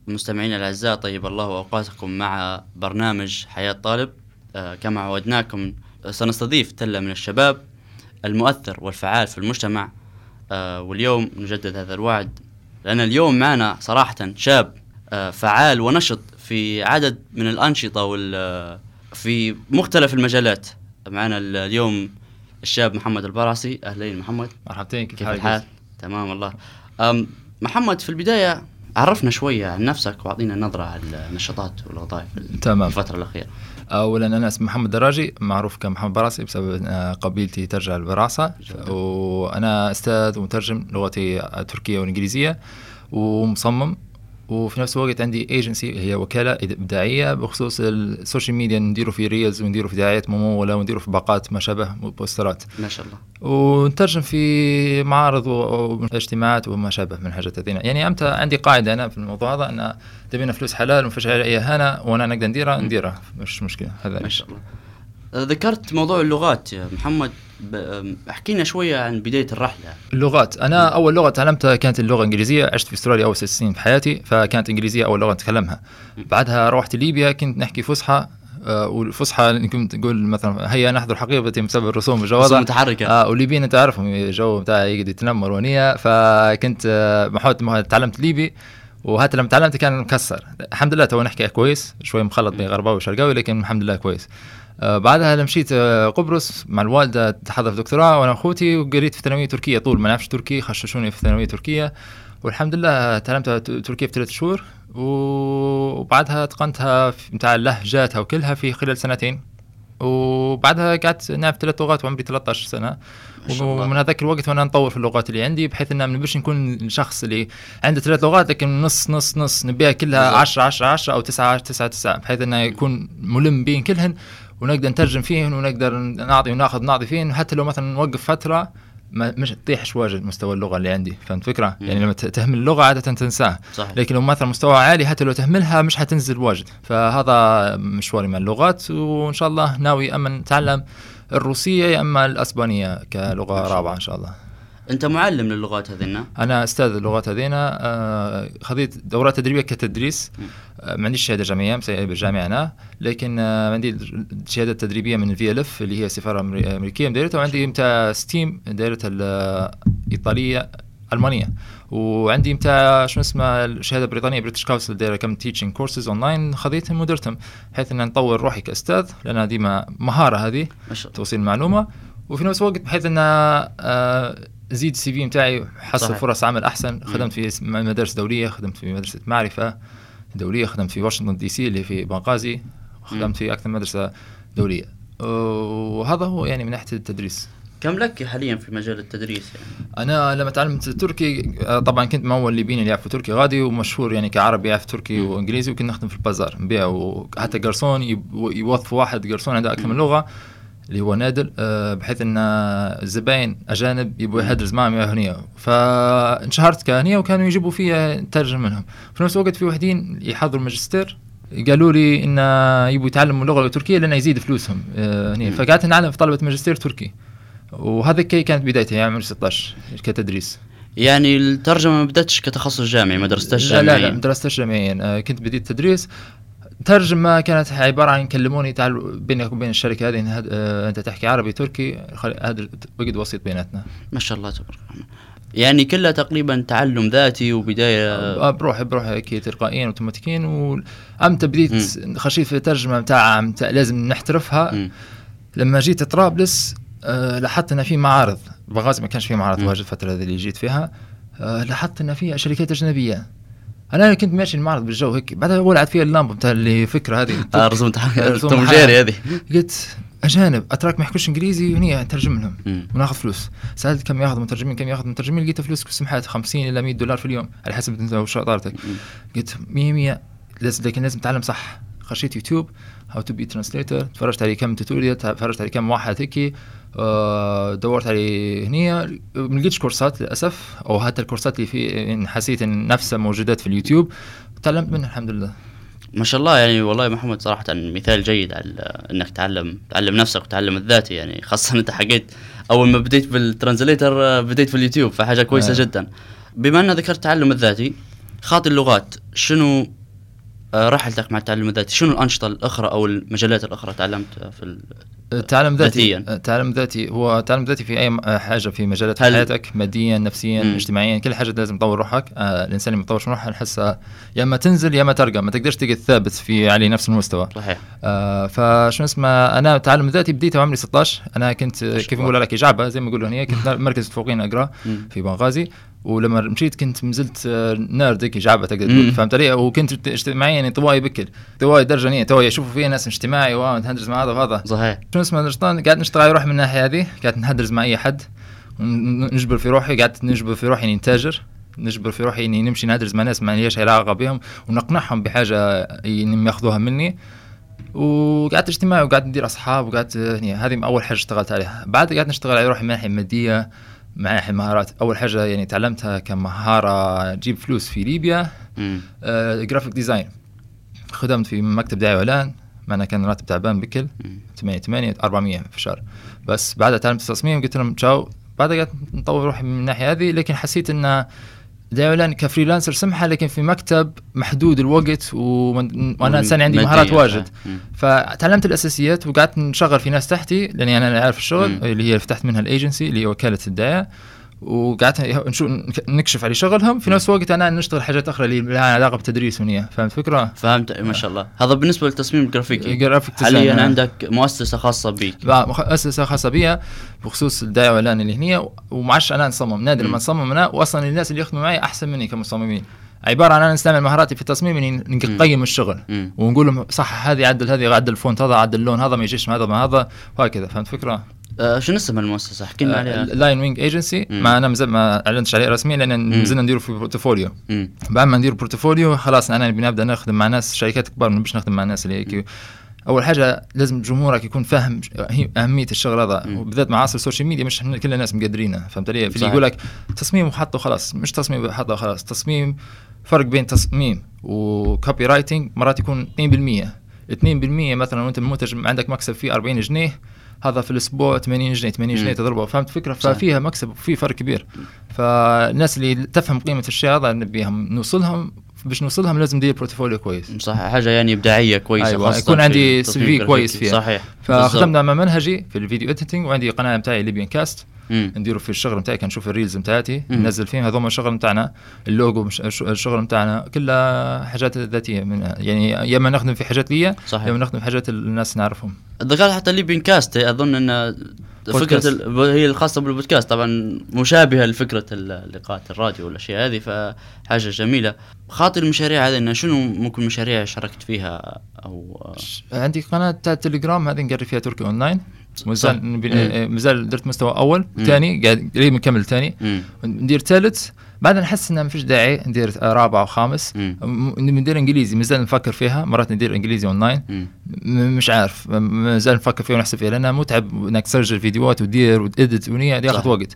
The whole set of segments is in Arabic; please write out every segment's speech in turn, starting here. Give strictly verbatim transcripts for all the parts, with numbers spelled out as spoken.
المستمعين الأعزاء، طيب الله أوقاتكم مع برنامج حياة طالب. آه كما عودناكم سنستضيف تلة من الشباب المؤثر والفعال في المجتمع، آه واليوم نجدد هذا الوعد، لأن اليوم معنا صراحة شاب آه فعال ونشط في عدد من الأنشطة وال في مختلف المجالات. معنا اليوم الشاب محمد البرعسي. أهلين محمد. مرحبتين، كيف الحال؟ تمام والله. محمد، في البداية عرفنا شوية عن نفسك وأعطينا نظرة على النشاطات والوظائف في الفترة الأخيرة. أولا أنا اسمي محمد دراجي، معروف كمحمد برعسي بسبب قبيلتي ترجع البرعسة، وأنا أستاذ ومترجم لغتي تركية وإنجليزية ومصمم، وفي نفس الوقت عندي ايجنسي هي وكالة إبداعية بخصوص السوشيال ميديا، نديروا في ريلز ونديروا في دعايات ممولة ونديروا في باقات ما شابه بوسترات ما شاء الله، ونترجم في معارض واجتماعات وما شابه من حاجات هذين. يعني أمتى عندي قاعدة أنا في الموضوع هذا، أن تبينا فلوس حلال ومفيش أي هنا وأنا نقدر نديرها نديرها مش مشكلة. هذا ما شاء الله. ذكرت موضوع اللغات يا محمد، احكينا شوية عن بداية الرحلة. اللغات، أنا م. أول لغة تعلمتها كانت اللغة الإنجليزية. عشت في أستراليا أول ست سنين في حياتي، فكانت إنجليزية أول لغة أتكلمها. م. بعدها روحت ليبيا، كنت نحكي فصحى، آه والفصحى كنت تقول مثلا هيا نحضر حقيبة بسبب الرسوم بالجوازة متحركة. آه والليبيين أنت عارفهم الجو بتاعي يقدر يتنمر ونية، فكنت آه محاولت تعلمت ليبي، وهات لما تعلمت كان مكسر. الحمد لله تو نحكي كويس شوي، مخلط بين غرباوي وشرقاوي، لكن الحمد لله كويس. آه بعدها لما مشيت آه قبرص مع الوالدة تحضر في دكتوراه وانا اخوتي، وقريت في ثانويه تركيه طول ما نعرفش تركي، خششوني في ثانويه تركيه، والحمد لله تعلمت تركيا في ثلاث شهور، وبعدها اتقنتها نتاع اللهجاتها وكلها في خلال سنتين، وبعدها قعدت نعرف ثلاث لغات وعمري ثلاثة عشر سنه. ومن هذاك الوقت وانا نطور في اللغات اللي عندي، بحيث ان ما نبيش نكون الشخص اللي عنده ثلاث لغات لكن نص نص نص، نبيها كلها عشرة عشرة عشرة او تسعة تسعة تسعة، بحيث انه يكون ملم بين كلهن ونقدر نترجم فيهن ونقدر نعطي وناخذ نعطي فيهن، حتى لو مثلا نوقف فتره ما مش تطيحش واجد مستوى اللغه اللي عندي. فهمت فكره؟ يعني لما تهمل اللغه عاده تنساها، لكن لو مثلا مستوى عالي حتى لو تهملها مش حتنزل واجد. فهذا مشواري مع اللغات، وان شاء الله ناوي اما نتعلم الروسيه يا اما الاسبانيه كلغه رابعه ان شاء الله. انت معلم للغات هذينا؟ انا استاذ اللغات هذينا، آه خذيت دورات تدريبيه كتدريس. آه ما عنديش شهاده جامعيه بالجامعه انا، لكن آه عندي شهاده تدريبيه من الفي ال اف اللي هي السفاره الامريكيه مديرتها، وعندي متاع ستيم دايرتها الايطاليه المانيه، وعندي متاع شو اسمه الشهاده البريطانيه بريتش كونسل دايره كم تيتشنج كورسز اونلاين، خذيتهم ودرتهم بحيث ان نطور روحي كاستاذ، لان ديما مهاره هذه توصيل المعلومه، وفي نفس الوقت بحيث ان آه زيد السي في متاعي، حصل فرص عمل احسن. خدمت في مدارس دوليه، خدمت في مدرسه معرفه دوليه، خدمت في واشنطن دي سي اللي في بنغازي، خدمت في اكثر مدرسه دوليه، وهذا هو يعني من ناحيه التدريس. كم لك حاليا في مجال التدريس يعني؟ انا لما تعلمت تركي طبعا كنت مول الليبيين اللي يعرفوا تركي غادي، ومشهور يعني كعربي يعرف تركي م. وانجليزي، وكنا نخدم في البازار نبيع، وحتى قرصون يوظفوا واحد قرصون عنده اكثر من لغه اللي هو نادل، بحيث ان الزباين اجانب يبغوا يحدث معهم هنيه، فانشهرت كهنيه وكانوا يجيبوا فيها ترجم منهم. في نفس الوقت في وحدين يحضروا ماجستير قالوا لي ان يبغوا يتعلموا اللغه التركيه لان يزيد فلوسهم هنا، فقعدت نعلم في طلبه ماجستير تركي، وهذا كي كانت بدايتها يعني عمري ستة عشر كتدريس. يعني الترجمه ما بداتش كتخصص جامعي، ما درستش جامعيا؟ لا لا, لا درستش جامعيا، كنت بديت تدريس. ترجمة كانت عبارة عن يكلموني تعالوا بينك وبين الشركة هذه هد... آه أنت تحكي عربي تركي، هذا وجد وسيط بيناتنا. ما شاء الله تبارك الله. يعني كلها تقريبا تعلم ذاتي وبداية آه بروح بروح كي تلقائيا اوتوماتيكيا، وأمتى بديت م. خشيت في الترجمة متاع متاع لازم نحترفها. م. لما جيت طرابلس آه لاحظت أن في معارض بغازي، ما كانش في معارض واجد الفترة اللي جيت فيها، آه لاحظت أن في شركات أجنبية. انا كنت ماشي المعرض بالجو هيك، بعدها ولعت فيها اللامبه بتاع اللي فكره هذه رسوم توم جيري هذه، قلت اجانب اتراك ما يحكوش انجليزي ونيه نترجم لهم وناخذ فلوس. سالت كم ياخذ مترجمين كم ياخذ مترجمين، لقيت فلوس سمحت خمسين الى مية دولار في اليوم على حسب انت وشطارتك. قلت مية مية لازم، لكن لازم تعلم صح. خشيت يوتيوب هاو تو بي ترانسليتر، تفرجت على كم توتوريال، تفرجت على كم واحد هيك، أه دورت على هنا، ما لقيتش كورسات للاسف، او حتى الكورسات اللي في حسيت ان نفسها موجودات في اليوتيوب، تعلمت منها الحمد لله. ما شاء الله. يعني والله محمد صراحة مثال جيد على انك تعلم تعلم نفسك وتعلم الذاتي، يعني خاصة انت حكيت اول ما بديت بالترانسليتر بديت في اليوتيوب، فحاجة كويسة آه. جدا. بما ان ذكرت تعلم الذاتي، خاطر اللغات شنو آه رحلتك مع التعلم الذاتي؟ شنو الأنشطة الأخرى أو المجالات الأخرى تعلمتها في التعلم الذاتي؟ التعلم الذاتي هو تعلم ذاتي في أي حاجة في مجالات حياتك، ماديا نفسيا م. اجتماعيا، كل حاجة لازم تطور روحك. آه الإنسان اللي مطورش روحه نحسه يا ما تنزل يا ما ترقى، ما تقدرش تقعد ثابت في على نفس المستوى. صحيح. آه فشو اسمه، أنا التعلم الذاتي بديته عمري ستة عشر. أنا كنت كيف نقول لك جعبة زي ما يقولوا هنا، كنت مركز فوقين أقرأ في بنغازي، ولما مشيت كنت مزلت نارد هيك جعبة تقدر تقول، فهمت علي؟ وكنت اجتماعيا يعني انطوائي بكل انطوائي درجة نية، تو يشوفوا فيها ناس اجتماعي وندرس مع هذا وهذا. صحيح. شو اسمه نشطان، قاعد نشتغل على روحي من الناحية هذه، قاعد نهدرز مع أي حد نجبر في روحي، قاعد نجبر في روحي إني نتاجر، نجبر في روحي إني نمشي نهدرز مع ناس ما ليش علاقة بهم ونقنعهم بحاجة إنهم ياخذوها مني، وقعدت اجتماعي وقعدت ندير أصحاب وقعدت يعني هذه أول حاجة اشتغلت عليها. بعد قاعد نشتغل على روحي من ناحية مادية مع ناحية مهارات. أول حاجة يعني تعلمتها كمهارة تجيب فلوس في ليبيا آه، جرافيك ديزاين. خدمت في مكتب دعاية وإعلان، معنا كان راتب تعبان بكل ثمانية ثمانية أربعمية في الشهر. بس بعدها تعلمت التصميم قلت لهم تشاو. بعدها قاعد نطور روحي من الناحية هذه، لكن حسيت إن دعاية وإعلان كفريلانسر سمحة، لكن في مكتب محدود الوقت ومن... وأنا إنسان عندي مهارات واجد. فتعلمت الأساسيات وقعدت نشغل في ناس تحتي، لأني أنا عارف الشغل مم. اللي هي فتحت منها الايجنسي اللي هي وكالة الدعاية، وقعدت نشوف نكشف على شغلهم في نفس الوقت أنا نشتغل حاجات أخرى اللي لها علاقة بالتدريس ونية. فهمت فكرة؟ فهمت ما شاء الله. هذا بالنسبة للتصميم الجرافيكي. جرافيك حاليا عندك مؤسسة خاصة بيك؟ مؤسسة خاصة بيها بخصوص الدعاية والإعلان اللي هنا، ومعش أنا نصمم، نادر ما نصمم أنا، وأصلا الناس اللي يخدموا معي أحسن مني كمصممين. عبارة عن أنا نستعمل مهاراتي في التصميم إني نقيم الشغل مم. ونقول لهم صح هذه عدل، هذه عدل الفونت، هذا عدل اللون، هذا ما يجيش مع هذا مع هذا وهكذا. فهمت فكرة؟ آه شو اسم المؤسسة؟ احكي لنا عليها. لاين وينج ايجنسي. ما أنا مازال ما أعلنتش عليه رسميا لأن نزلنا نديره في بورتفوليو. بعد ما ندير بورتفوليو خلاص أنا بنبدأ نخدم مع ناس شركات كبار، ما نبيش نخدم مع ناس اللي هيك. أول حاجة لازم جمهورك يكون فاهم أهمية الشغل هذا، وبالذات مع عصر السوشيال ميديا مش كل الناس مقدرينه. فهمت علي؟ في اللي يقول لك تصميم وحطه خلاص، مش تصميم وحطه خلاص. تصميم فرق بين تصميم وكوبي رايتنج مرات يكون اثنين بالمية اثنين بالمية مثلا، وانت المنتج عندك مكسب فيه أربعين جنيه، هذا في الاسبوع ثمانين جنيه ثمانين جنيه تضربه. فهمت فكره؟ ففيها مكسب وفي فرق كبير. فالناس اللي تفهم قيمه الشيء هذا نبيهم نوصلهم، باش نوصلهم لازم ندير بورتفوليو كويس. صح، حاجه يعني ابداعيه كويسه. أيوة. يكون عندي سي في كويس فيها. صحيح. فخدمنا مع منهجي في الفيديو اديتنج، وعندي قناه نتاعي ليبيان كاست نديروا في الشغل نتاعي، كنشوف الريلز نتاعتي ننزل فيهم، هذوما الشغل نتاعنا، اللوجو الشغل نتاعنا كلها حاجات ذاتيه من يعني، يا اما نخدم في حاجات ليا يا اما نخدم في حاجات الناس نعرفهم. ذكرت حتى ليبيان كاست، اظن ان فكره ال... هي الخاصه بالبودكاست طبعا مشابهه لفكره اللقاءات الراديو والاشياء هذه، فحاجه جميله. خاطر المشاريع هذه إن شنو ممكن مشاريع شاركت فيها؟ او عندي قناه تليجرام هذه نقري فيها تركي اونلاين، مازال مازال درت مستوى اول ثاني، قاعد قريب نكمل ثاني، ندير ثالث. بعد نحس انه ما فيش داعي ندير رابع وخامس، ندير انجليزي مازال نفكر فيها، مرات ندير انجليزي اونلاين مش عارف، مازال نفكر فيها ونحسب فيها لانها متعب انك تسجل فيديوهات وتدير وتديت ونيه دي ياخذ وقت،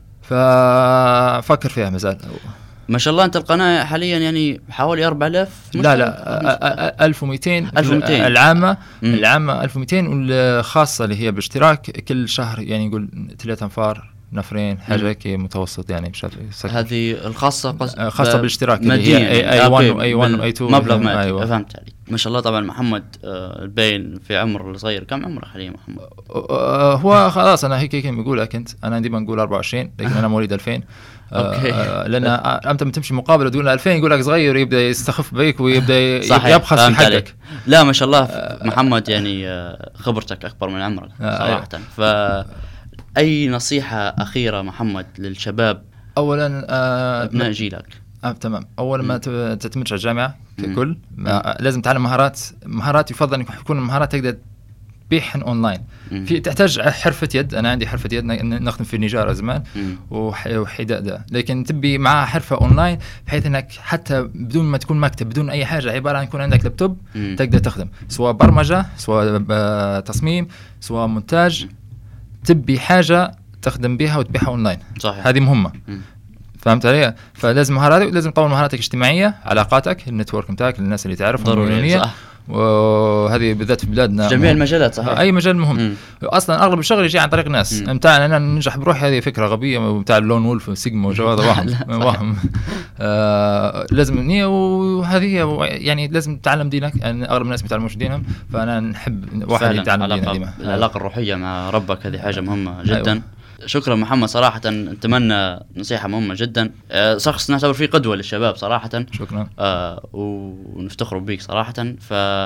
ففكر فيها مازال. ما شاء الله انت القناه حاليا يعني حوالي أربعة آلاف. لا لا ألف ومئتين العامه مم. العامه ألف ومئتين، والخاصه اللي هي باشتراك كل شهر يعني يقول ثلاثة انفار نفرين حاجه كي متوسط يعني بشكل. هذه الخاصه قص... خاصه بالاشتراك اللي هي اي واحد واي واحد واي اثنين مبلغ مادي. أيوة. فهمت عليك. ما شاء الله. طبعا محمد الباين في عمر صغير، كم عمرك حاليا محمد؟ هو خلاص انا هيك هيك بقول لك انت، انا ديما نقول أربعة وعشرين لكن انا مواليد ألفين. اوكي. آه لان انت تمشي مقابله تقول ألفين يقول لك صغير، يبدا يستخف بيك ويبدا يبخس في حقك. لا ما شاء الله محمد يعني خبرتك اكبر من عمرك صراحه. ف اي نصيحه اخيره محمد للشباب اولا آه ابناء جيلك؟ آه تمام. اول ما تتمتع الجامعه ككل لازم تعلم مهارات مهارات يفضل ان يكون مهارات تقدر تبيعها اونلاين. في تحتاج حرفه يد، انا عندي حرفه يد نخدم في النجاره زمان وحداء ده، لكن تبي معها حرفه اونلاين بحيث انك حتى بدون ما تكون مكتب بدون اي حاجه، عباره عن يكون عندك لابتوب مم. تقدر تخدم سواء برمجه سواء تصميم سواء مونتاج، تبي حاجه تخدم بها وتبيعها اونلاين. صحيح. هذه مهمه. مم. فهمت علي؟ فلازم مهاراتك، لازم تطور مهاراتك الاجتماعيه، علاقاتك، النتورك بتاعك، الناس اللي تعرفهم ضروري. وهذه بالذات في بلادنا في جميع المجالات صحيح. اي مجال مهم. مم. اصلا اغلب الشغل يجي عن طريق ناس. متاع انا ننجح بروحي هذه فكره غبيه، متاع اللون وولف وسيجما وجو هذا وهم وهم آه لازم نيه، وهذه يعني لازم تتعلم دينك، يعني اغلب الناس ما يتعلموش دينهم، فانا نحب واحد يتعلم دينه ديما. العلاقه الروحيه مع ربك هذه حاجه مهمه جدا. أيوة. شكرا محمد، صراحة نتمنى نصيحة مهمة جدا، أه شخص نعتبر فيه قدوة للشباب صراحة. شكرا. أه ونفتخر بيك صراحة،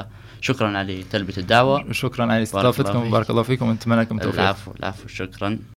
فشكرا على تلبية الدعوة. شكرا على استضافتكم، بارك الله فيكم، ونتمنى لكم التوفيق. العفو العفو، شكرا.